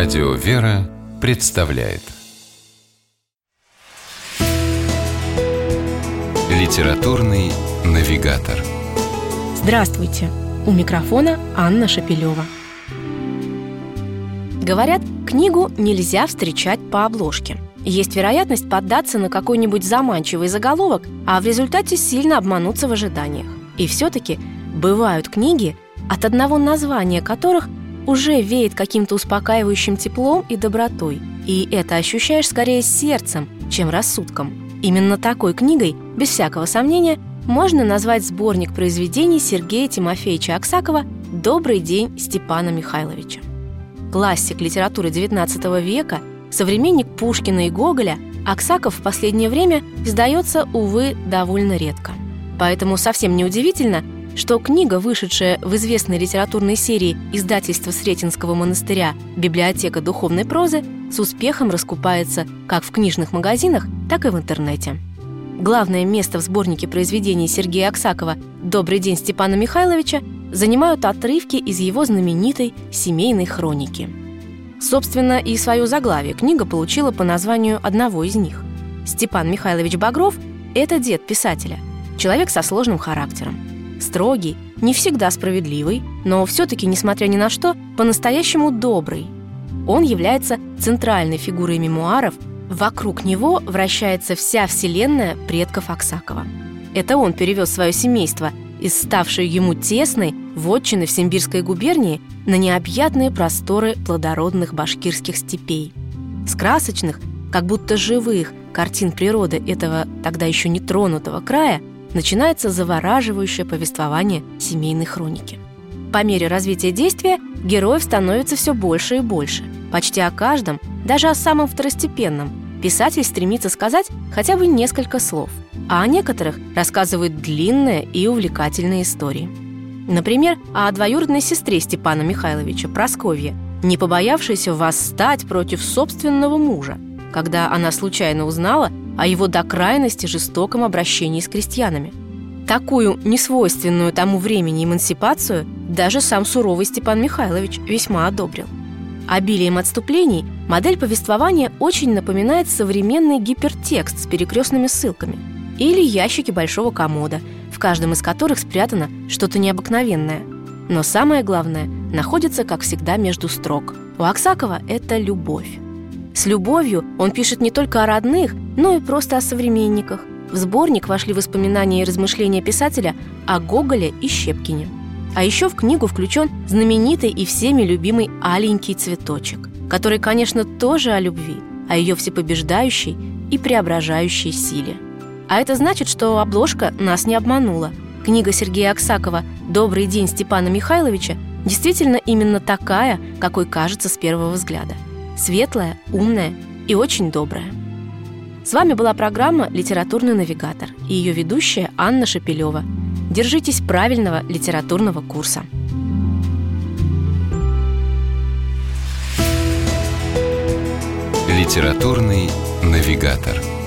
Радио «Вера» представляет Литературный навигатор. Здравствуйте! У микрофона Анна Шапилева. Говорят, книгу нельзя встречать по обложке. Есть вероятность поддаться на какой-нибудь заманчивый заголовок, а в результате сильно обмануться в ожиданиях. И все-таки бывают книги, от одного названия которых уже веет каким-то успокаивающим теплом и добротой. И это ощущаешь скорее сердцем, чем рассудком. Именно такой книгой, без всякого сомнения, можно назвать сборник произведений Сергея Тимофеевича Аксакова «Добрый день Степана Михайловича». Классик литературы XIX века, современник Пушкина и Гоголя, Аксаков в последнее время издается, увы, довольно редко. Поэтому совсем неудивительно, что книга, вышедшая в известной литературной серии издательства Сретенского монастыря «Библиотека духовной прозы», с успехом раскупается как в книжных магазинах, так и в интернете. Главное место в сборнике произведений Сергея Аксакова «Добрый день Степана Михайловича» занимают отрывки из его знаменитой семейной хроники. Собственно, и свое заглавие книга получила по названию одного из них. Степан Михайлович Багров – это дед писателя, человек со сложным характером. Строгий, не всегда справедливый, но все-таки, несмотря ни на что, по-настоящему добрый. Он является центральной фигурой мемуаров, вокруг него вращается вся вселенная предков Аксакова. Это он перевез свое семейство из ставшей ему тесной вотчины в Симбирской губернии на необъятные просторы плодородных башкирских степей. С красочных, как будто живых, картин природы этого тогда еще не тронутого края начинается завораживающее повествование семейной хроники. По мере развития действия героев становится все больше и больше. Почти о каждом, даже о самом второстепенном, писатель стремится сказать хотя бы несколько слов, а о некоторых рассказывает длинные и увлекательные истории. Например, о двоюродной сестре Степана Михайловича, Прасковье, не побоявшейся восстать против собственного мужа, когда она случайно узнала о его до крайности жестоком обращении с крестьянами. Такую несвойственную тому времени эмансипацию даже сам суровый Степан Михайлович весьма одобрил. Обилием отступлений модель повествования очень напоминает современный гипертекст с перекрестными ссылками или ящики большого комода, в каждом из которых спрятано что-то необыкновенное. Но самое главное находится, как всегда, между строк. У Аксакова это любовь. С любовью он пишет не только о родных, но и просто о современниках. В сборник вошли воспоминания и размышления писателя о Гоголе и Щепкине. А еще в книгу включен знаменитый и всеми любимый «Аленький цветочек», который, конечно, тоже о любви, о ее всепобеждающей и преображающей силе. А это значит, что обложка нас не обманула. Книга Сергея Аксакова «Добрый день Степана Михайловича» действительно именно такая, какой кажется с первого взгляда. Светлая, умная и очень добрая. С вами была программа «Литературный навигатор» и ее ведущая Анна Шапилева. Держитесь правильного литературного курса. Литературный навигатор.